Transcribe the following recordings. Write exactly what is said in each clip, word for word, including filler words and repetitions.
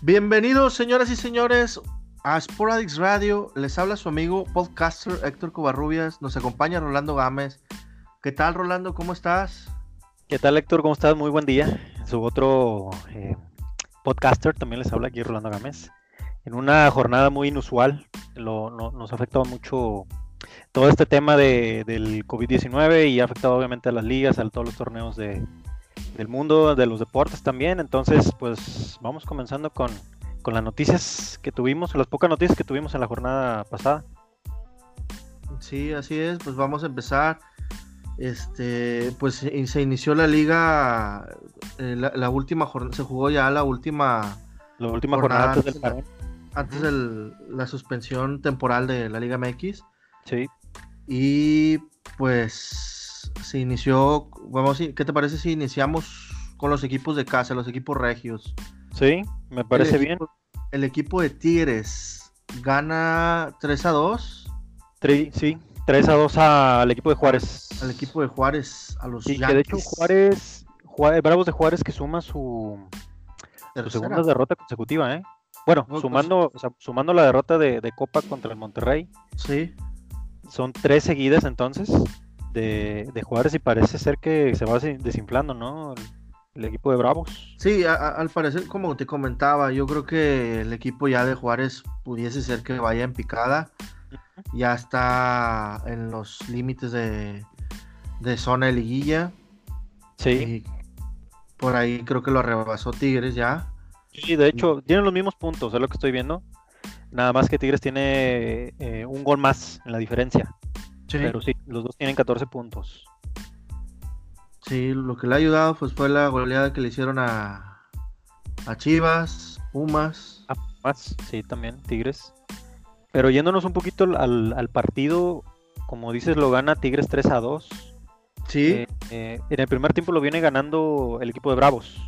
Bienvenidos, señoras y señores, a Sporadix Radio. Les habla su amigo podcaster Héctor Covarrubias. Nos acompaña Rolando Gámez. ¿Qué tal, Rolando? ¿Cómo estás? ¿Qué tal, Héctor? ¿Cómo estás? Muy buen día. Su otro eh, podcaster también les habla aquí, Rolando Gámez. En una jornada muy inusual, lo, no, nos ha afectado mucho todo este tema de, del COVID diecinueve y ha afectado obviamente a las ligas, a todos los torneos de, del mundo, de los deportes también. Entonces, pues vamos comenzando con, con las noticias que tuvimos, las pocas noticias que tuvimos en la jornada pasada. Sí, así es. Pues vamos a empezar. Este, pues se inició la liga, eh, la, la última jornada, se jugó ya la última, la última jornada, jornada antes del parón. Antes de uh-huh. la suspensión temporal de la Liga M X. Sí. Y pues se inició, vamos, ¿qué te parece si iniciamos con los equipos de casa, los equipos regios? Sí, me parece el equipo, bien. El equipo de Tigres gana tres a dos. Sí, sí. tres a dos al equipo de Juárez. Al equipo de Juárez, a los sí, Yankees. Que de hecho Juárez, Juárez, Bravos de Juárez que suma su, su segunda derrota consecutiva, ¿eh? Bueno, no, sumando, pues, o sea, sumando la derrota de, de Copa contra el Monterrey. Sí. Son tres seguidas entonces de, de Juárez y parece ser que se va desinflando, ¿no? El, el equipo de Bravos. Sí, a, a, al parecer, como te comentaba, yo creo que el equipo ya de Juárez pudiese ser que vaya en picada. Ya está en los límites de, de zona de liguilla. Sí. Y por ahí creo que lo rebasó Tigres ya. Sí, de hecho, tienen los mismos puntos, es lo que estoy viendo. Nada más que Tigres tiene eh, un gol más en la diferencia. Sí. Pero sí, los dos tienen catorce puntos. Sí, lo que le ha ayudado pues fue la goleada que le hicieron a, a Chivas, Pumas. A Pumas, sí, también, Tigres. Pero yéndonos un poquito al, al partido, como dices, lo gana Tigres tres a dos. Sí. Eh, eh, en el primer tiempo lo viene ganando el equipo de Bravos.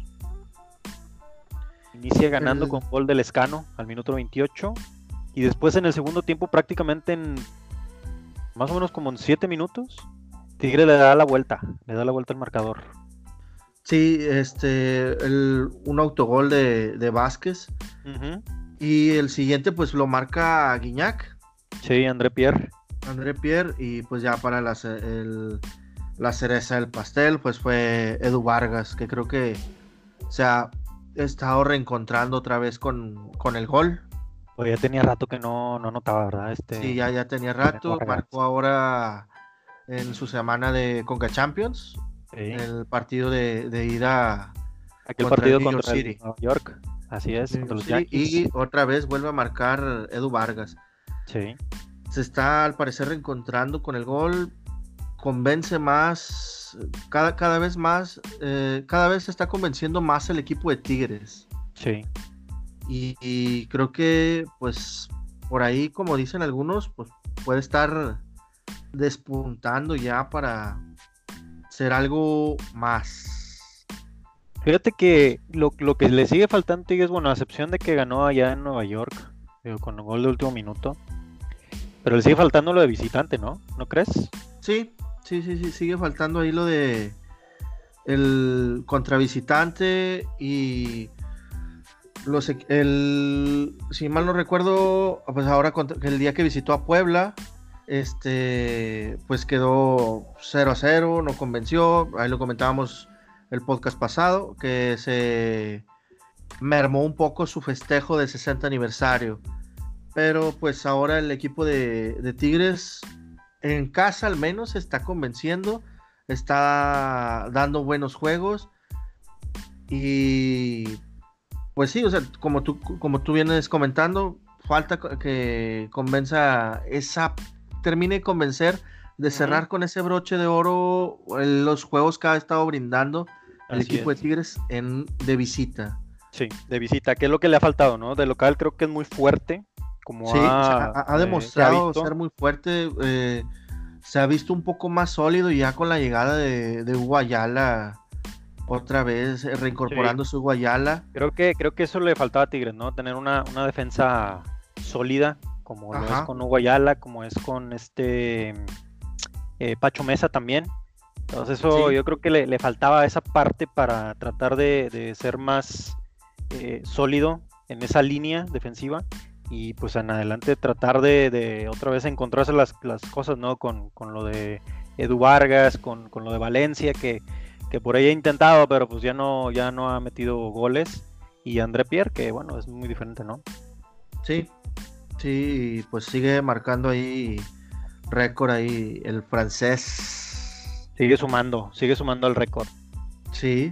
Inicia ganando el... con gol del Lescano al minuto veintiocho. Y después en el segundo tiempo, prácticamente en más o menos como en siete minutos, Tigre le da la vuelta, le da la vuelta al marcador. Sí, este, el, un autogol de, de Vázquez. Uh-huh. Y el siguiente pues lo marca Guiñac. Sí, André Pierre. André Pierre. Y pues ya para la, el, la cereza del pastel pues fue Edu Vargas, que creo que se ha estado reencontrando otra vez con, con el gol. Pues ya tenía rato que no, no notaba, ¿verdad? Este... Sí, ya, ya tenía rato. Marcó ahora en su semana de Conca Champions. Sí. El partido de, de ida Aquel contra partido el New York contra City. Nueva York. Así es, sí, contra los sí, Yankees. Y otra vez vuelve a marcar Edu Vargas. Sí. Se está al parecer reencontrando con el gol. Convence más. Cada, cada vez más. Eh, cada vez se está convenciendo más el equipo de Tigres. Sí. Y, y creo que, pues, por ahí, como dicen algunos, pues puede estar despuntando ya para ser algo más. Fíjate que lo, lo que le sigue faltando a Tigres, bueno, a excepción de que ganó allá en Nueva York, digo, con el gol de último minuto, pero le sigue faltando lo de visitante, ¿no? ¿No crees? Sí, sí, sí, sí, sigue faltando ahí lo de el contra visitante y los el si mal no recuerdo, pues ahora contra, el día que visitó a Puebla, este, pues quedó cero a cero, no convenció, ahí lo comentábamos el podcast pasado, que se mermó un poco su festejo de sesenta aniversario. Pero pues ahora el equipo de, de Tigres, en casa al menos, se está convenciendo, está dando buenos juegos. Y pues sí, o sea, como tú, como tú vienes comentando, falta que convenza esa, termine de convencer de cerrar uh-huh. con ese broche de oro los juegos que ha estado brindando el Así equipo es. de Tigres en, de visita. Sí, de visita, que es lo que le ha faltado, ¿no? De local creo que es muy fuerte, como sí, ha, ha, ha demostrado eh, ser muy fuerte, eh, se ha visto un poco más sólido ya con la llegada de, de Hugo Ayala, otra vez reincorporando sí. su Hugo Ayala. Creo que, creo que eso le faltaba a Tigres, ¿no? Tener una, una defensa sólida, como Ajá. lo es con Hugo Ayala, como es con este eh, Pacho Mesa también. Entonces eso sí. yo creo que le, le faltaba esa parte para tratar de, de ser más eh, sólido en esa línea defensiva y pues en adelante tratar de, de otra vez encontrarse las, las cosas, ¿no? Con, con lo de Edu Vargas, con, con lo de Valencia, que, que por ahí ha intentado, pero pues ya no, ya no ha metido goles. Y André Pierre, que bueno, es muy diferente, ¿no? Sí, sí, pues sigue marcando ahí récord ahí el francés. Sigue sumando, sigue sumando al récord. Sí.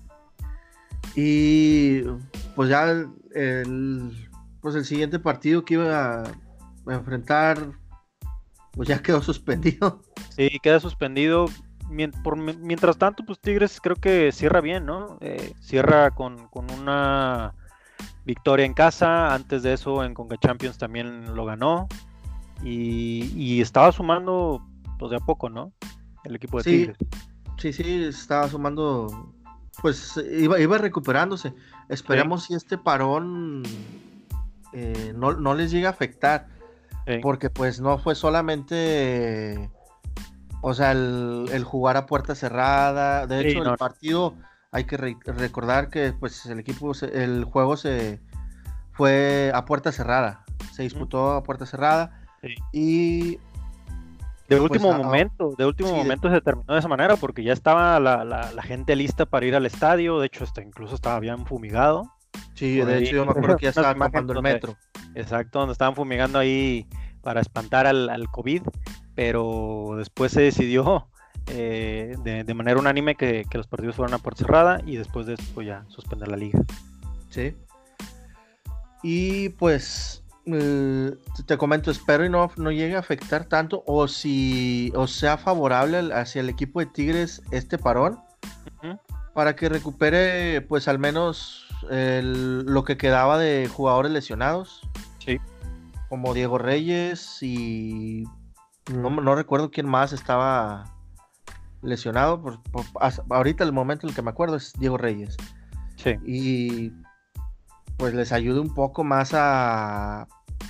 Y pues ya el, el, pues el siguiente partido que iba a, a enfrentar, pues ya quedó suspendido. Sí, queda suspendido. Mien- por, mientras tanto, pues Tigres creo que cierra bien, ¿no? Eh, cierra con, con una victoria en casa. Antes de eso, en Conca Champions también lo ganó. Y, y estaba sumando, pues de a poco, ¿no? El equipo de Sí, Tigres. sí, sí, estaba sumando, pues iba, iba recuperándose. Esperemos si este parón eh, no, no les llega a afectar, Sí. porque pues no fue solamente, o sea, el, el jugar a puerta cerrada. De Sí, hecho, no, el partido, hay que re- recordar que pues el equipo, se- el juego se fue a puerta cerrada, se disputó a puerta cerrada sí. y De pues último a- a- momento, de último sí, de- momento se terminó de esa manera porque ya estaba la, la, la gente lista para ir al estadio. De hecho, hasta incluso estaba bien fumigado. sí, Por de ahí hecho yo me acuerdo que ya unas estaba imágenes tomando el donde- metro. Exacto, donde estaban fumigando ahí para espantar al, al COVID, pero después se decidió eh, de, de manera unánime que, que los partidos fueran a puerta cerrada y después de esto ya suspender la liga. Sí. Y pues eh, te comento, espero y no, no llegue a afectar tanto, o si o sea favorable al- hacia el equipo de Tigres este parón, Ujú. para que recupere pues al menos el- lo que quedaba de jugadores lesionados, Sí, como Diego Reyes y no, no recuerdo quién más estaba lesionado. Por, por- hasta ahorita el momento en el que me acuerdo es Diego Reyes. sí. Y pues les ayude un poco más a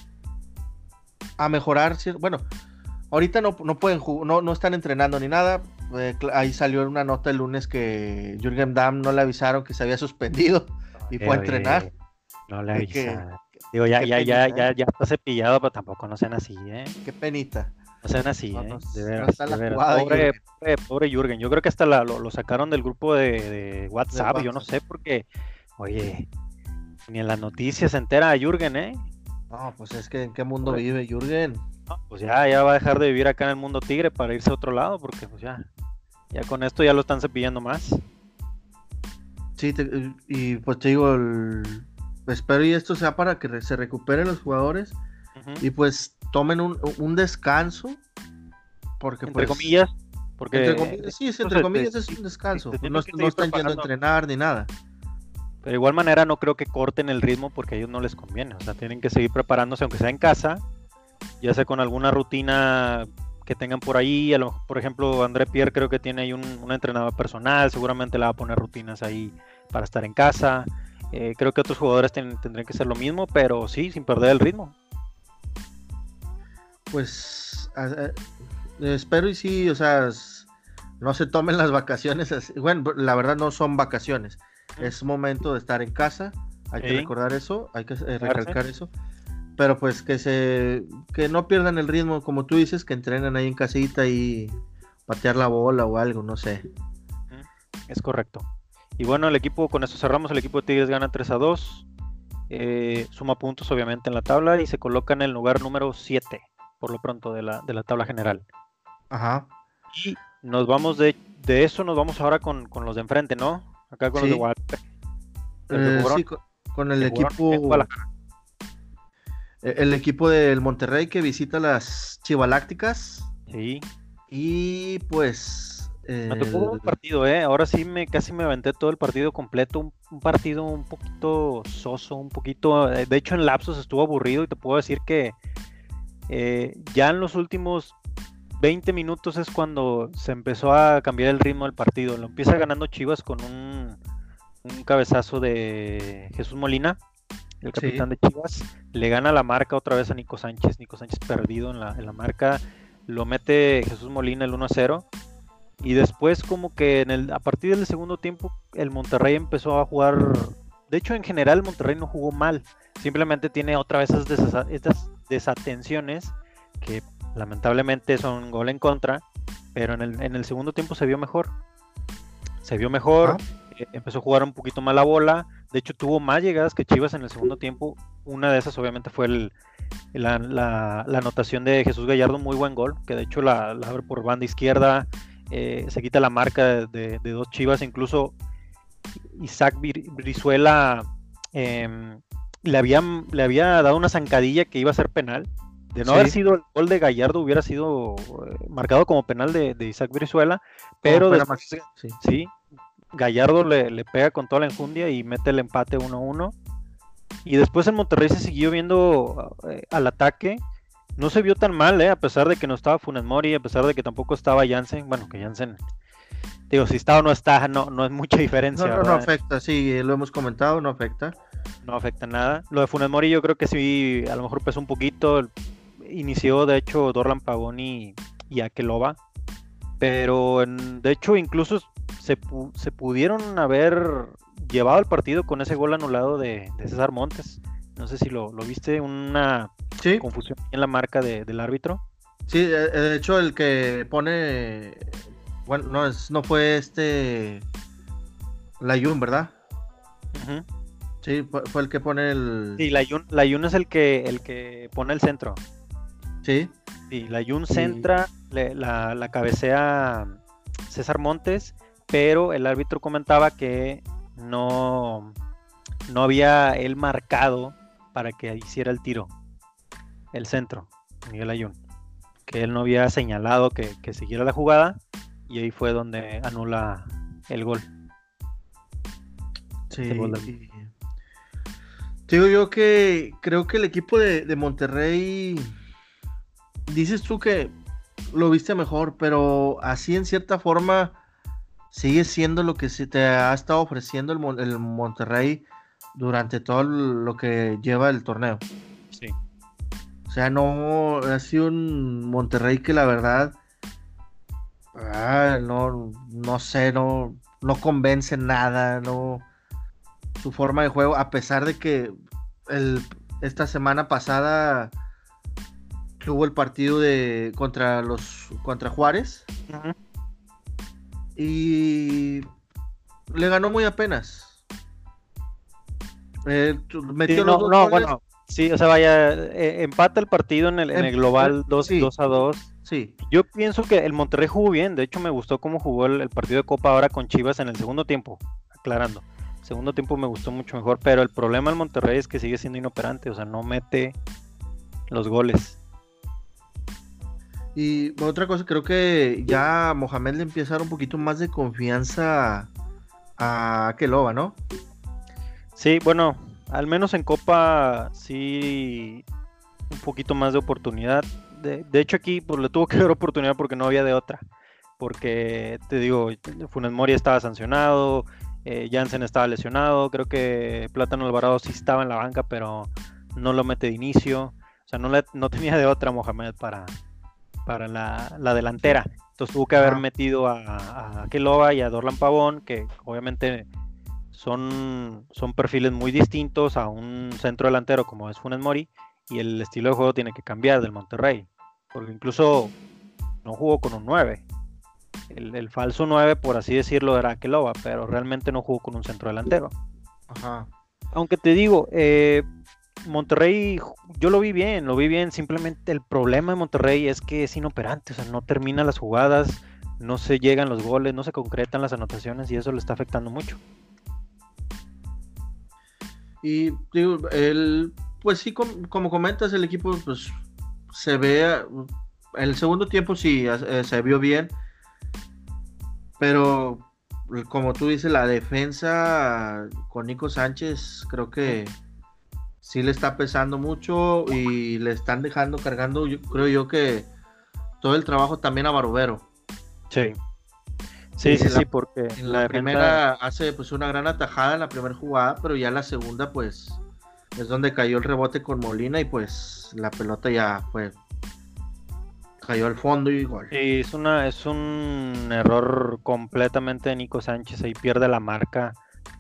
a mejorar. cier- Bueno, ahorita no, no pueden jugar, no, no están entrenando ni nada. Eh, cl- ahí salió una nota el lunes que Jürgen Damm no le avisaron que se había suspendido y fue a Oye, entrenar. no le De que- avisa. Digo, ya, qué ya, ya, penita, ya, ¿eh? ya está cepillado, pero tampoco no sean así, ¿eh? Qué penita. No sean así, No, ¿eh? no, De no veras, está de la veras. jugada, Pobre, Jürgen, pobre, pobre Jürgen. Yo creo que hasta la- lo, lo sacaron del grupo de, de de WhatsApp, yo no WhatsApp. sé, porque, oye, ni en las noticias se entera Jürgen, ¿eh? No, pues es que en qué mundo Pobre. vive Jürgen. No, pues ya, ya va a dejar de vivir acá en el mundo tigre para irse a otro lado, porque pues ya, ya con esto ya lo están cepillando más. Sí, te- y pues te digo, el- espero y esto sea para que re- se recuperen los jugadores Ujú. y pues tomen un, un descanso, porque Entre pues comillas, porque entre comillas, sí, es, pues, entre se- comillas se- es un descanso. se Pues tienen no, que no seguir están yendo a preparando. entrenar ni nada. Pero de igual manera no creo que corten el ritmo porque a ellos no les conviene. O sea, tienen que seguir preparándose, aunque sea en casa, ya sea con alguna rutina que tengan por ahí. A lo mejor, por ejemplo, André Pierre creo que tiene ahí un, un entrenador personal, seguramente le va a poner rutinas ahí para estar en casa. Eh, creo que otros jugadores ten- tendrían que hacer lo mismo, pero sí, sin perder el ritmo. Pues a- a- espero y sí, o sea, s- no se tomen las vacaciones así. Bueno, la verdad no son vacaciones, es momento de estar en casa, hay que Sí. recordar eso, hay que eh, Cuidarse. recalcar eso, pero pues que se que no pierdan el ritmo, como tú dices, que entrenen ahí en casita y patear la bola o algo, no sé. Es correcto. Y bueno, el equipo, con esto cerramos, el equipo de Tigres gana tres a dos, eh, suma puntos obviamente en la tabla y se coloca en el lugar número siete, por lo pronto, de la, de la tabla general. Ajá. Y nos vamos de, de eso, nos vamos ahora con, con los de enfrente, ¿no? Acá con los Sí. de Guadalajara. Los que Eh, jugaron- sí, con, con el que jugaron en equipo Guadalajara. eh, el equipo del Monterrey que visita las Chivalácticas Sí, y pues me tocó un el- partido, ¿eh? Ahora sí me casi me aventé todo el partido completo, un, un partido un poquito soso, un poquito, eh, de hecho en lapsos estuvo aburrido y te puedo decir que eh, ya en los últimos veinte minutos es cuando se empezó a cambiar el ritmo del partido. Lo empieza ganando Chivas con un, un cabezazo de Jesús Molina, el capitán Sí. de Chivas. Le gana la marca otra vez a Nico Sánchez. Nico Sánchez perdido en la, en la marca. Lo mete Jesús Molina el uno a cero. Y después como que en el, a partir del segundo tiempo el Monterrey empezó a jugar de hecho en general Monterrey no jugó mal, simplemente tiene otra vez esas desa- estas desatenciones que lamentablemente son gol en contra, pero en el, en el segundo tiempo se vio mejor, se vio mejor, Ah, eh, empezó a jugar un poquito más la bola, de hecho tuvo más llegadas que Chivas en el segundo tiempo, una de esas obviamente fue el, la, la, la anotación de Jesús Gallardo, muy buen gol, que de hecho la, la abre por banda izquierda, eh, se quita la marca de, de, de dos Chivas, incluso Isaac Brizuela eh, le, había, le había dado una zancadilla que iba a ser penal. De no haber sí, sido el gol de Gallardo, hubiera sido eh, marcado como penal de, de Isaac Brizuela, como pero fuera después, más, sí. sí, Gallardo le, le pega con toda la enjundia y mete el empate uno a uno. Y después en Monterrey se siguió viendo eh, al ataque. No se vio tan mal, eh, a pesar de que no estaba Funes Mori, a pesar de que tampoco estaba Jansen. Bueno, que Jansen, digo, si está o no está, no, no es mucha No, diferencia, no, no ¿verdad? afecta, sí, lo hemos comentado, no afecta. No afecta nada. Lo de Funes Mori yo creo que sí, a lo mejor pesó un poquito. Inició, de hecho, Dorlan Pavoni y Akeloba. Pero, en, de hecho, incluso se, pu se pudieron haber llevado el partido con ese gol anulado de, de César Montes. No sé si lo, lo viste, una Sí, confusión en la marca de, del árbitro. sí, de de hecho el que pone, bueno, no, es, no fue este Layun, ¿verdad? Uh-huh. Sí, fue, fue el que pone el... Sí, la Yun, la Yun es el que, el que pone el centro. Sí, Sí, la Yun y... centra, le, la, la cabecea César Montes, pero el árbitro comentaba que no, no había él marcado para que hiciera el tiro, el centro, Miguel Ayun, que él no había señalado que, que siguiera la jugada y ahí fue donde anula el gol. Sí, El gol y- te digo yo que creo que el equipo de, de Monterrey, dices tú que lo viste mejor, pero así en cierta forma sigue siendo lo que se te ha estado ofreciendo el, Mon- el Monterrey durante todo lo que lleva el torneo. sí. O sea, no ha sido un Monterrey que la verdad, ah, no, no sé, no, no convence nada, no, su forma de juego, a pesar de que el, esta semana pasada tuvo el partido de contra los contra Juárez Uh-huh. y le ganó muy apenas. Eh, tu- Sí, metió los no, dos no, goles. bueno, sí, o sea, vaya, eh, empata el partido en el, en em- el eh, global dos sí, a dos. sí, Yo pienso que el Monterrey jugó bien, de hecho me gustó cómo jugó el, el partido de Copa ahora con Chivas en el segundo tiempo, aclarando. El segundo tiempo me gustó mucho mejor, pero el problema del Monterrey es que sigue siendo inoperante, o sea, no mete los goles. y otra cosa, creo que ya Mohamed le empieza a dar un poquito más de confianza a Keloba, ¿no? Sí, bueno, al menos en Copa sí un poquito más de oportunidad. De, de hecho aquí pues, le tuvo que dar oportunidad porque no había de otra. Porque te digo, Funes Mori estaba sancionado, eh, Jansen estaba lesionado, creo que Plátano Alvarado sí estaba en la banca, pero no lo mete de inicio. O sea, no, le, no tenía de otra Mohamed para, para la, la delantera. Entonces tuvo que haber Ajá. metido a, a Keloba y a Dorlan Pavón, que obviamente son, son perfiles muy distintos a un centro delantero como es Funes Mori, y el estilo de juego tiene que cambiar del Monterrey, porque incluso no jugó con un nueve. El, el falso nueve, por así decirlo, era Keloba, pero realmente no jugó con un centro delantero. Ajá. Aunque te digo, eh, Monterrey, yo lo vi bien, lo vi bien, simplemente el problema de Monterrey es que es inoperante, o sea, no termina las jugadas, no se llegan los goles, no se concretan las anotaciones y eso le está afectando mucho. Y digo, el, pues sí, com- como comentas, el equipo pues se ve, el segundo tiempo sí eh, se vio bien, pero como tú dices, la defensa con Nico Sánchez creo que sí le está pesando mucho y le están dejando cargando, yo, creo yo que todo el trabajo también a Barovero. Sí, sí, sí, En la, sí, porque en la la defensa, primera hace pues una gran atajada en la primera jugada, pero ya en la segunda pues es donde cayó el rebote con Molina y pues la pelota ya fue, cayó al fondo y gol. sí, es una, es un error completamente de Nico Sánchez, ahí pierde la marca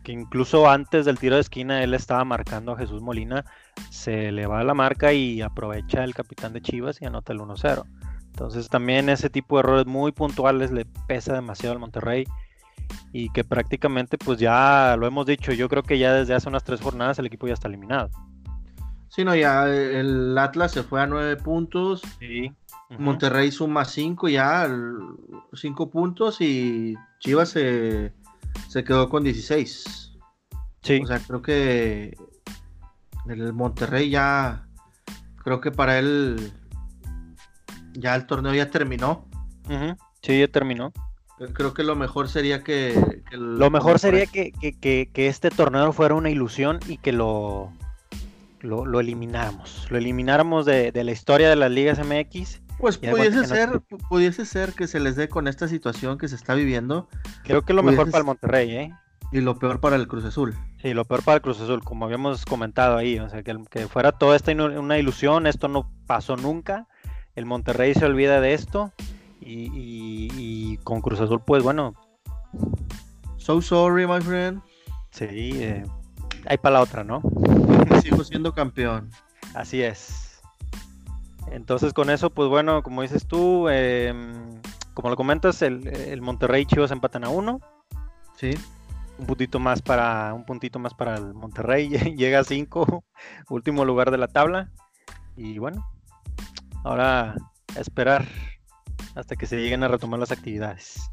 que incluso antes del tiro de esquina él estaba marcando a Jesús Molina, se le va la marca y aprovecha el capitán de Chivas y anota el uno cero. Entonces también ese tipo de errores muy puntuales le pesa demasiado al Monterrey, y que prácticamente pues ya lo hemos dicho, yo creo que ya desde hace unas tres jornadas el equipo ya está eliminado. Sí, no, ya el Atlas se fue a nueve puntos. Sí. Uh-huh. Monterrey suma cinco ya, cinco puntos, y Chivas se, se quedó con dieciséis. Sí. O sea, creo que el Monterrey ya, creo que para él ya el torneo ya terminó. Uh-huh. Sí, ya terminó. Creo que lo mejor sería que... que el, lo mejor sería que, que, que, que este torneo fuera una ilusión y que lo, lo, lo elimináramos. Lo elimináramos de, de la historia de las ligas M X. Pues pudiese ser, no... pudiese ser que se les dé con esta situación que se está viviendo. Creo que lo mejor para el Monterrey, ¿eh? Y lo peor para el Cruz Azul. Sí, lo peor para el Cruz Azul, como habíamos comentado ahí. O sea, que, que fuera toda esta una ilusión, esto no pasó nunca. El Monterrey se olvida de esto. Y, y, y con Cruz Azul, pues bueno. So sorry, my friend. Sí, eh, hay para la otra, ¿no? Sigo siendo campeón. Así es. Entonces con eso, pues bueno, como dices tú, eh, como lo comentas, el, el Monterrey y Chivas empatan a uno. Sí. Un puntito más para, un puntito más para el Monterrey, llega a cinco, último lugar de la tabla. Y bueno, ahora a esperar hasta que se lleguen a retomar las actividades.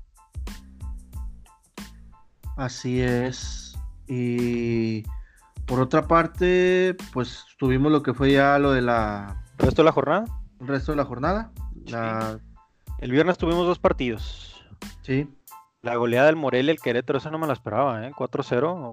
Así es. Y por otra parte, pues tuvimos lo que fue ya lo de la... ¿El resto de la jornada? El resto de la jornada. Sí. La... El viernes tuvimos dos partidos. Sí. La goleada del Morelia y el Querétaro, esa no me la esperaba, ¿eh? cuatro cero.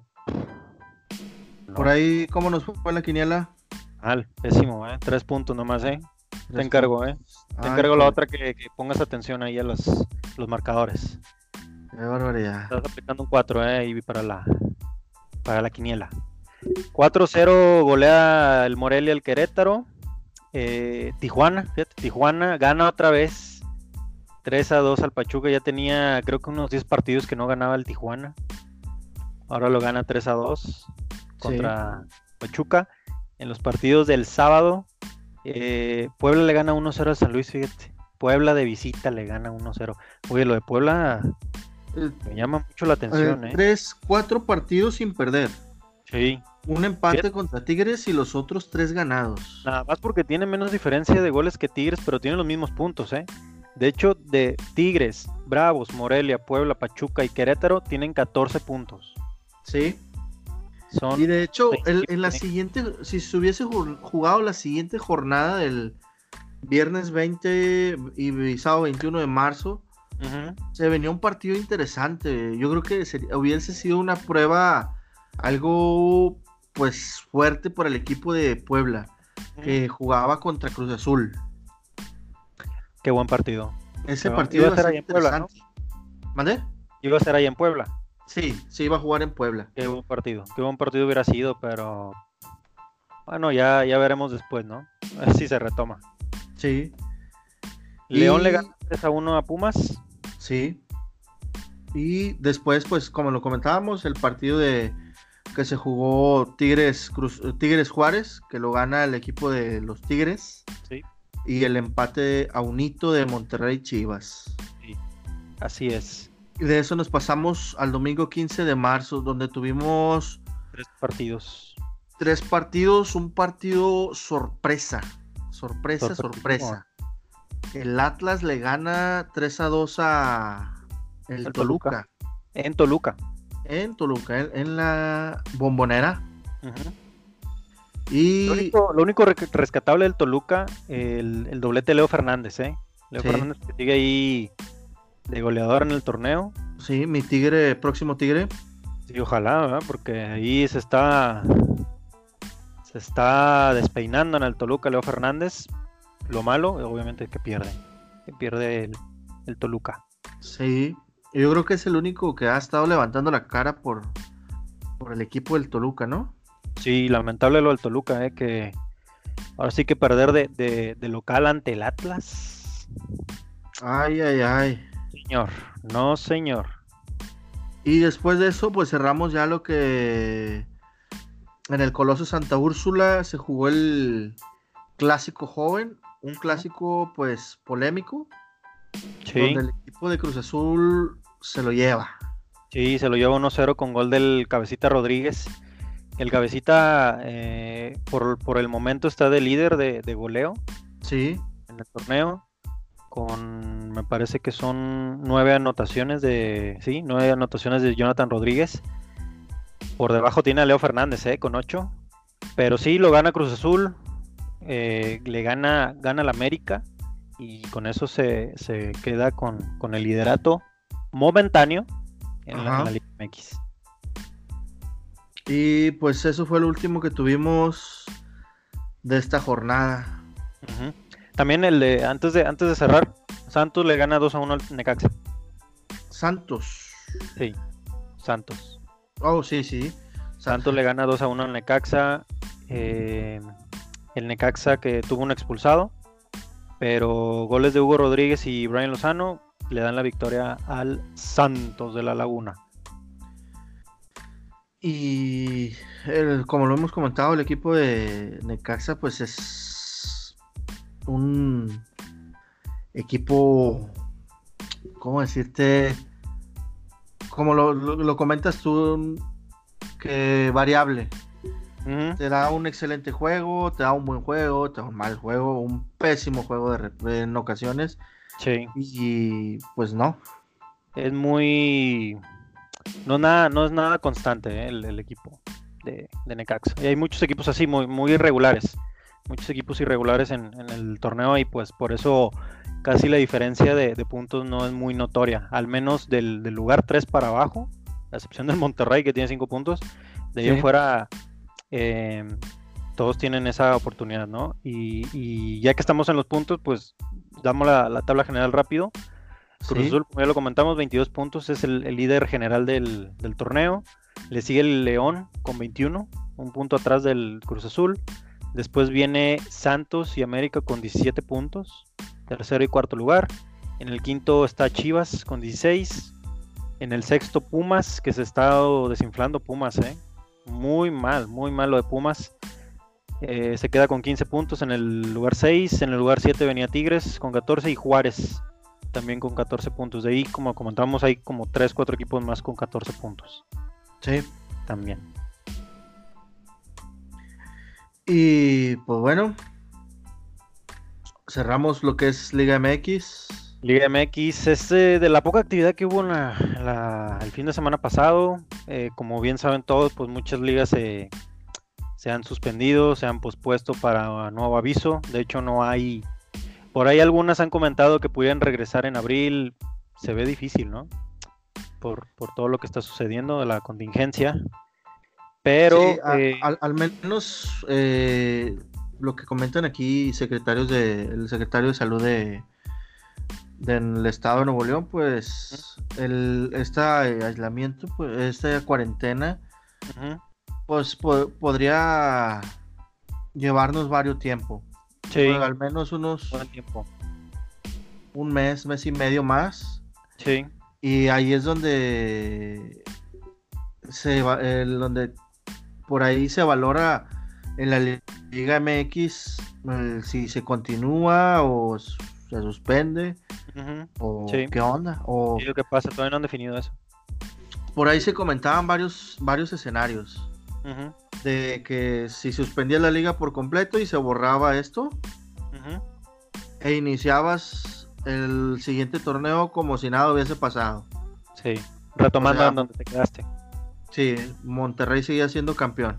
No. Por ahí, ¿cómo nos fue la quiniela? Mal, pésimo, ¿eh? Tres puntos nomás, ¿eh? Te encargo, ¿eh? Te Ay, encargo pues... la otra que, que pongas atención ahí a los, los marcadores. Qué barbaridad. Estás aplicando un cuatro, ¿eh? Y para la, para la quiniela. cuatro cero golea el Morelia el Querétaro. Eh, Tijuana, fíjate, Tijuana gana otra vez. tres a dos al Pachuca. Ya tenía, creo que unos diez partidos que no ganaba el Tijuana. Ahora lo gana tres a dos contra sí. Pachuca. En los partidos del sábado, eh, Puebla le gana uno cero a San Luis, fíjate. Puebla de visita le gana uno cero. Oye, lo de Puebla eh, me llama mucho la atención, eh, ¿eh? Tres, cuatro partidos sin perder. Sí. Un empate ¿Qué? Contra Tigres y los otros tres ganados. Nada más porque tiene menos diferencia de goles que Tigres, pero tienen los mismos puntos, ¿eh? De hecho, de Tigres, Bravos, Morelia, Puebla, Pachuca y Querétaro tienen catorce puntos. Sí. Son y de hecho, el, en la siguiente, si se hubiese jugado la siguiente jornada del viernes veinte y sábado veintiuno de marzo, uh-huh. se venía un partido interesante. Yo creo que sería, hubiese sido una prueba algo pues fuerte para el equipo de Puebla, uh-huh. que jugaba contra Cruz Azul. Qué buen partido. Ese Pero partido iba a ser ahí en Puebla, ¿no? ¿Mande? Iba a ser ahí en Puebla. Sí, sí iba a jugar en Puebla. Qué buen partido. Qué buen partido hubiera sido, pero bueno, ya, ya veremos después, ¿no? A ver si se retoma. Sí. León y... le gana tres a uno a Pumas. Sí. Y después, pues, como lo comentábamos, el partido de que se jugó Tigres Cruz, Tigres Juárez, que lo gana el equipo de los Tigres. Sí. Y el empate a un hito de Monterrey Chivas. Sí, así es. Y de eso nos pasamos al domingo quince de marzo, donde tuvimos tres partidos. Tres partidos, un partido sorpresa. Sorpresa, sorpresa. El Atlas le gana tres a dos a el, el Toluca. Toluca. En Toluca. En Toluca, en, en la Bombonera. Uh-huh. Y lo único, lo único rescatable del Toluca, el, el doblete de Leo Fernández, ¿eh? Leo sí. Fernández que sigue ahí de goleador en el torneo. Sí, mi tigre, próximo tigre. Sí, ojalá, ¿verdad? Porque ahí se está se está despeinando en el Toluca Leo Fernández. Lo malo, obviamente, es que pierde. Que pierde el, el Toluca. Sí, yo creo que es el único que ha estado levantando la cara por, por el equipo del Toluca, ¿no? Sí, lamentable lo del Toluca, ¿eh? Que ahora sí que perder de, de, de local ante el Atlas. Ay, ay, ay. Señor, no señor. Y después de eso, pues cerramos ya lo que en el Coloso Santa Úrsula se jugó el clásico joven, un clásico pues polémico, Sí, donde el equipo de Cruz Azul se lo lleva. sí, se lo lleva uno cero con gol del Cabecita Rodríguez. El Cabecita eh, por, por el momento está de líder de, de goleo Sí, en el torneo, con me parece que son nueve anotaciones de, sí, nueve anotaciones de Jonathan Rodríguez. Por debajo tiene a Leo Fernández, eh, con ocho. Pero sí, lo gana Cruz Azul, eh, le gana, gana el América y con eso se, se queda con, con el liderato momentáneo en la, en la Liga M X. Y pues eso fue lo último que tuvimos de esta jornada. Uh-huh. También el de antes de antes de cerrar, Santos le gana dos a uno al Necaxa. Santos. Sí, Santos. Oh, sí, sí. Santos le gana dos a uno al Necaxa. Eh, el Necaxa que tuvo un expulsado, pero goles de Hugo Rodríguez y Brian Lozano le dan la victoria al Santos de la Laguna. Y el, como lo hemos comentado, el equipo de Necaxa pues es un equipo, ¿cómo decirte? Como lo, lo, lo comentas tú, que variable. Uh-huh. Te da un excelente juego, te da un buen juego, te da un mal juego, un pésimo juego de, de, en ocasiones. Sí. Y pues no. Es muy... No, nada, no es nada constante, ¿eh? el, el equipo de, de Necaxa. Y hay muchos equipos así, muy, muy irregulares. Muchos equipos irregulares en, en el torneo y pues por eso casi la diferencia de, de puntos no es muy notoria. Al menos del, del lugar tres para abajo, a excepción del Monterrey que tiene cinco puntos. De ahí en sí. fuera eh, todos tienen esa oportunidad, ¿no? Y, y ya que estamos en los puntos, pues damos la, la tabla general rápido. Cruz sí. Azul, como ya lo comentamos, veintidós puntos, es el, el líder general del, del torneo. Le sigue el León con veintiuno, un punto atrás del Cruz Azul. Después viene Santos y América con diecisiete puntos, tercero y cuarto lugar. En el quinto está Chivas con dieciséis. En el sexto Pumas, que se está desinflando Pumas, ¿eh? Muy mal, muy mal lo de Pumas. Eh, se queda con quince puntos en el lugar seis. En el lugar siete venía Tigres con catorce y Juárez también con catorce puntos. De ahí, como comentamos, hay como tres, cuatro equipos más con catorce puntos. Sí. También. Y pues bueno, cerramos lo que es Liga M X. Liga M X es eh, de la poca actividad que hubo en la, la, el fin de semana pasado. Eh, como bien saben todos, pues muchas ligas eh, se han suspendido, se han pospuesto para nuevo aviso. De hecho, no hay... Por ahí algunas han comentado que pudieran regresar en abril. Se ve difícil, ¿no? Por, por todo lo que está sucediendo de la contingencia. Pero... Sí, a, eh, al, al menos eh, lo que comentan aquí secretarios de, el secretario de salud de del estado de Nuevo León, pues el este aislamiento, pues esta cuarentena, uh-huh. pues po- podría llevarnos varios tiempo. Sí, bueno, al menos unos buen tiempo. un mes, mes y medio más. Sí. Y ahí es donde se va, el, donde por ahí se valora en la Liga M X el, si se continúa o se suspende, uh-huh. o sí. qué onda. O sí, lo que pasa, todavía no han definido eso. Por ahí se comentaban varios, varios escenarios. Uh-huh. De que si suspendía la liga por completo y se borraba esto, uh-huh. e iniciabas el siguiente torneo como si nada hubiese pasado. Sí, retomando o sea, donde te quedaste. Sí, Monterrey seguía siendo campeón.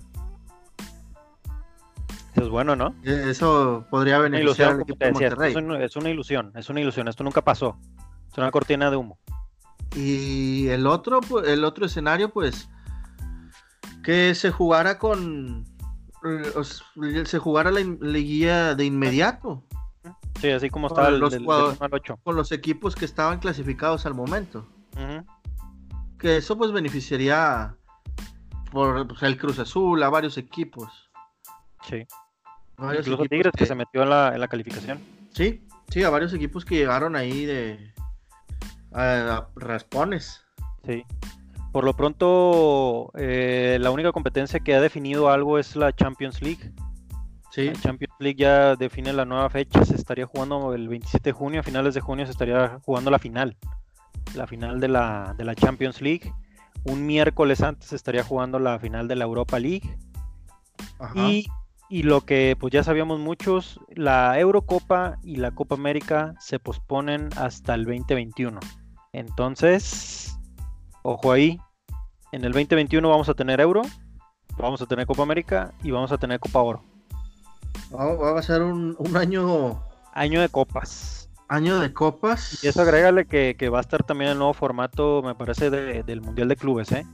Eso es bueno, ¿no? Eso podría beneficiar al equipo de Monterrey. Es una, es una ilusión, es una ilusión, esto nunca pasó. Es una cortina de humo. Y el otro, el otro escenario, pues, que se jugara con... se jugara la liguilla de inmediato. Sí, así como estaba el, los del, jugadores, del uno al ocho. Con los equipos que estaban clasificados al momento. Uh-huh. Que eso pues beneficiaría por pues, el Cruz Azul, a varios equipos. Sí. Varios Incluso Tigres que... que se metió en la, en la calificación. Sí, sí, a varios equipos que llegaron ahí de a, a raspones. Sí. por lo pronto, eh, la única competencia que ha definido algo es la Champions League. Sí. La Champions League ya define la nueva fecha, se estaría jugando el veintisiete de junio, a finales de junio se estaría jugando la final, la final de la, de la Champions League. Un miércoles antes se estaría jugando la final de la Europa League. Ajá. Y, y lo que pues ya sabíamos muchos, la Eurocopa y la Copa América se posponen hasta el veinte veintiuno. Entonces, ojo ahí, en el veinte veintiuno vamos a tener Euro, vamos a tener Copa América y vamos a tener Copa Oro. Va a ser un, un año... Año de copas. Año de copas. Y eso agrégale que, que va a estar también el nuevo formato, me parece, de, del Mundial de Clubes, ¿eh?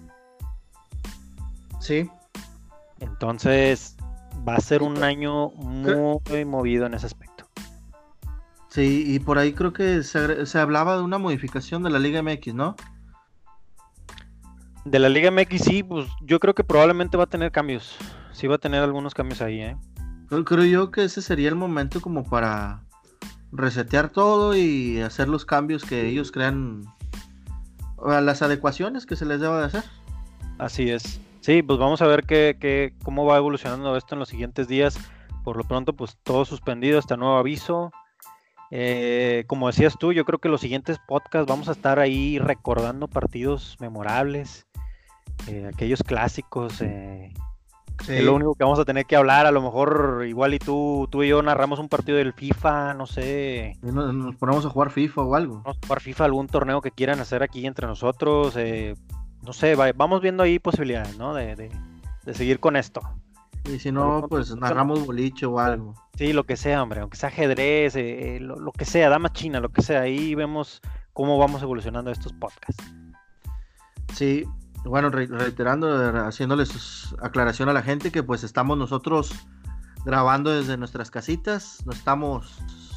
Sí. Entonces, va a ser un año muy movido en ese aspecto. Sí, y por ahí creo que se, se hablaba de una modificación de la Liga M X, ¿no? De la Liga M X, sí, pues yo creo que probablemente va a tener cambios. Sí va a tener algunos cambios ahí, ¿eh? Creo, creo yo que ese sería el momento como para resetear todo y hacer los cambios que ellos crean, las adecuaciones que se les deba de hacer. Así es. Sí, pues vamos a ver qué, qué, cómo va evolucionando esto en los siguientes días. Por lo pronto, pues todo suspendido hasta nuevo aviso. Eh, como decías tú, yo creo que los siguientes podcasts vamos a estar ahí recordando partidos memorables, eh, aquellos clásicos. Eh, sí. Es lo único que vamos a tener que hablar. A lo mejor igual y tú, tú y yo narramos un partido del FIFA, no sé. Nos, nos ponemos a jugar FIFA o algo. Vamos a jugar FIFA, algún torneo que quieran hacer aquí entre nosotros. Eh, no sé, va, vamos viendo ahí posibilidades, ¿no? De, de, de seguir con esto. Y si no, pues narramos boliche o algo. Sí, lo que sea, hombre, aunque sea ajedrez, eh, lo, lo que sea, dama china, lo que sea, ahí vemos cómo vamos evolucionando estos podcasts. Sí, bueno, re reiterando, haciéndoles aclaración a la gente que pues estamos nosotros grabando desde nuestras casitas, no estamos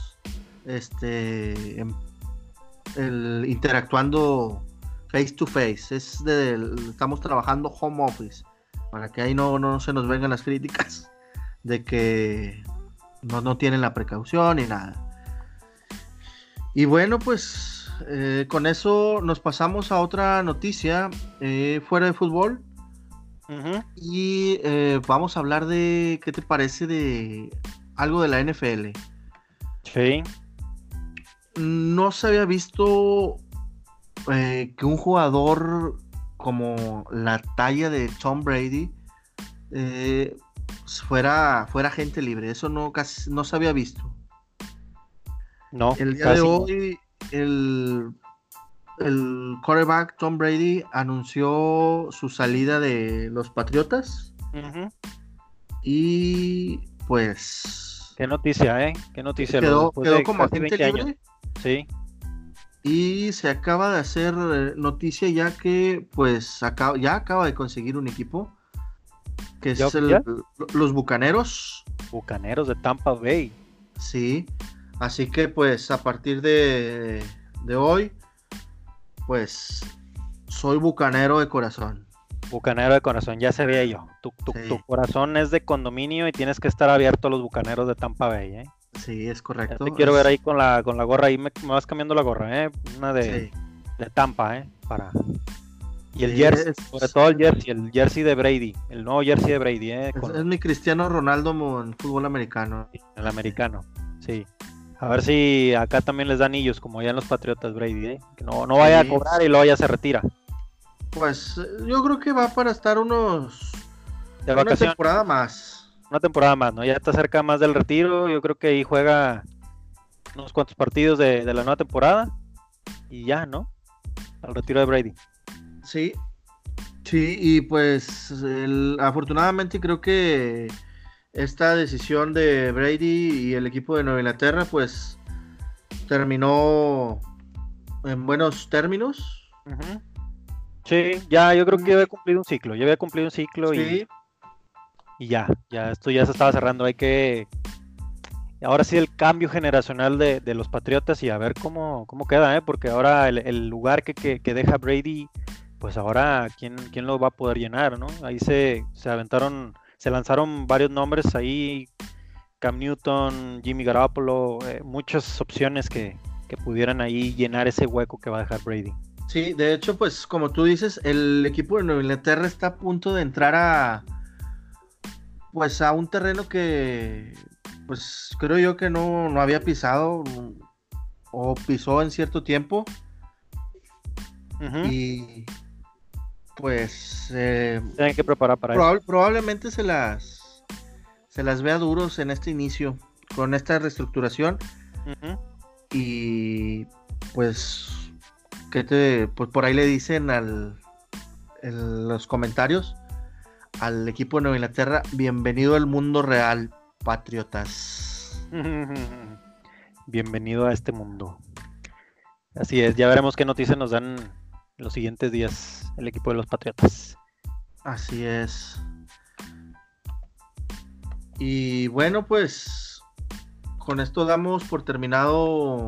este en, el, interactuando face to face, es de, estamos trabajando home office, para que ahí no, no se nos vengan las críticas de que no, no tienen la precaución ni nada. Y bueno, pues eh, con eso nos pasamos a otra noticia eh, fuera de fútbol. Uh-huh. Y eh, vamos a hablar de, ¿qué te parece de algo de la N F L? Sí. No se había visto eh, que un jugador como la talla de Tom Brady eh, fuera, fuera agente libre. Eso no, casi, no se había visto. No, el día de hoy no. el, el quarterback Tom Brady anunció su salida de los Patriotas. Uh-huh. Y pues qué noticia, ¿eh? Qué noticia. Quedó, quedó como agente libre. Años. Sí. Y se acaba de hacer noticia ya que pues acaba, ya acaba de conseguir un equipo que es el, los Bucaneros. Bucaneros de Tampa Bay. Sí, así que pues a partir de, de hoy pues soy bucanero de corazón. Bucanero de corazón, ya sabía yo. Tu, tu, sí. tu corazón es de condominio y tienes que estar abierto a los Bucaneros de Tampa Bay, ¿eh? Sí, es correcto. Ya te quiero es... ver ahí con la, con la gorra, ahí me, me vas cambiando la gorra, ¿eh? Una de, sí. de Tampa, ¿eh? Para... Y el sí, jersey, es... sobre todo el jersey, el jersey de Brady, el nuevo jersey de Brady, ¿eh? Es, con... es mi Cristiano Ronaldo en fútbol americano. El americano, sí. A ver si acá también les dan anillos, como ya en los Patriotas Brady, ¿eh? Que no, no vaya sí. a cobrar y luego ya se retira. Pues yo creo que va para estar unos... De una vacación. temporada más. Una temporada más, ¿no? Ya está cerca más del retiro, yo creo que ahí juega unos cuantos partidos de, de la nueva temporada y ya, ¿no? Al retiro de Brady. Sí, sí, y pues el, afortunadamente creo que esta decisión de Brady y el equipo de Nueva Inglaterra pues terminó en buenos términos. Uh-huh. Sí, ya yo creo que ya había cumplido un ciclo, ya había cumplido un ciclo sí. y... Y ya, ya esto ya se estaba cerrando. Hay que. Ahora sí, el cambio generacional de, de los Patriotas y a ver cómo, cómo queda, ¿eh? Porque ahora el, el lugar que, que, que deja Brady, pues ahora, ¿quién, quién lo va a poder llenar, ¿no? Ahí se, se aventaron, se lanzaron varios nombres ahí: Cam Newton, Jimmy Garoppolo, eh, muchas opciones que, que pudieran ahí llenar ese hueco que va a dejar Brady. Sí, de hecho, pues como tú dices, el equipo de Nueva Inglaterra está a punto de entrar a, pues a un terreno que, pues creo yo que no, no había pisado o pisó en cierto tiempo. Uh-huh. Y pues eh, Tienen que preparar para probable, eso. probablemente se las se las vea duros en este inicio con esta reestructuración. Uh-huh. Y pues que te pues por ahí le dicen al en los comentarios al equipo de Nueva Inglaterra: bienvenido al mundo real, patriotas. Bienvenido a este mundo. Así es, ya veremos qué noticias nos dan en los siguientes días el equipo de los Patriotas. Así es. Y bueno, pues con esto damos por terminado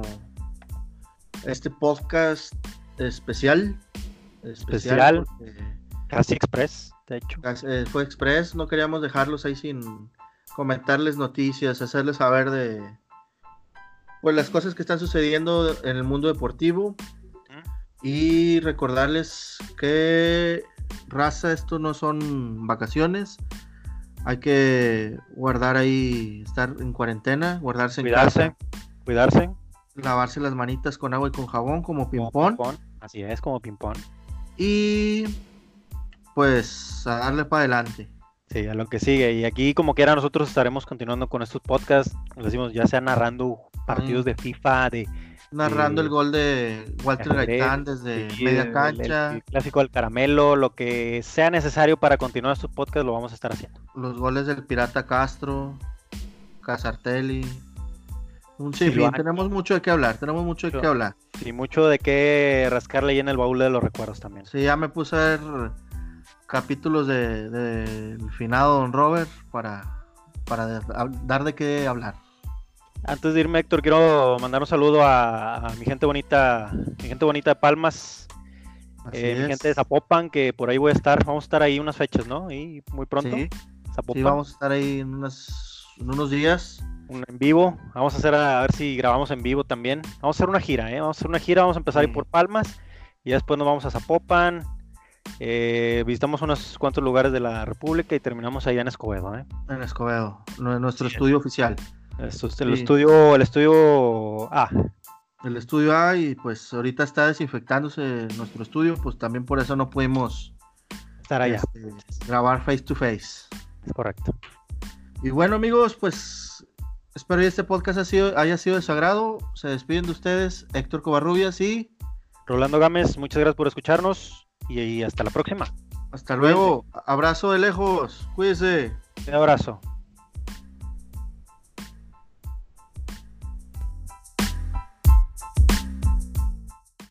este podcast especial. Especial, porque casi express, de hecho. eh, fue express, no queríamos dejarlos ahí sin comentarles noticias, hacerles saber de pues las cosas que están sucediendo en el mundo deportivo. Uh-huh. Y recordarles que, raza, esto no son vacaciones. Hay que guardar ahí, estar en cuarentena, guardarse cuidarse, en casa. Cuidarse. Lavarse las manitas con agua y con jabón, como ping-pong. Así es, como ping-pong. Y pues a darle para adelante. Sí, a lo que sigue. Y aquí, como quiera, nosotros estaremos continuando con estos podcasts. Como decimos, ya sea narrando partidos Ay. de FIFA, de... Narrando de, el gol de Walter Gaitán desde sí, media cancha. El, el clásico del caramelo, lo que sea necesario para continuar estos podcasts lo vamos a estar haciendo. Los goles del Pirata Castro, Casartelli. Un sinfín, tenemos mucho de qué hablar, tenemos mucho de qué hablar. Sí, mucho de qué rascarle ahí en el baúl de los recuerdos también. Sí, ya me puse a ver capítulos de, de, del finado Don Robert para, para de, a, dar de qué hablar. Antes de irme, Héctor, quiero mandar un saludo a, a mi gente bonita, mi gente bonita de Palmas, eh, mi gente de Zapopan, que por ahí voy a estar, vamos a estar ahí unas fechas, ¿no? Y muy pronto. Sí, sí vamos a estar ahí en, unas, en unos días. Un en vivo, vamos a hacer a, a ver si grabamos en vivo también. Vamos a hacer una gira, ¿eh? Vamos a hacer una gira, vamos a empezar sí. ahí por Palmas y después nos vamos a Zapopan. Eh, visitamos unos cuantos lugares de la República y terminamos allá en Escobedo, ¿eh? En Escobedo, nuestro sí. estudio oficial. Esto, el sí. estudio, el estudio A. El estudio A, y pues ahorita está desinfectándose nuestro estudio, pues también por eso no pudimos estar allá. Este, grabar face to face. Es correcto. Y bueno, amigos, pues espero que este podcast haya sido, haya sido de su agrado. Se despiden de ustedes Héctor Covarrubias y Rolando Gámez. Muchas gracias por escucharnos y, y hasta la próxima. Hasta luego. Abrazo de lejos. Cuídese. Un abrazo.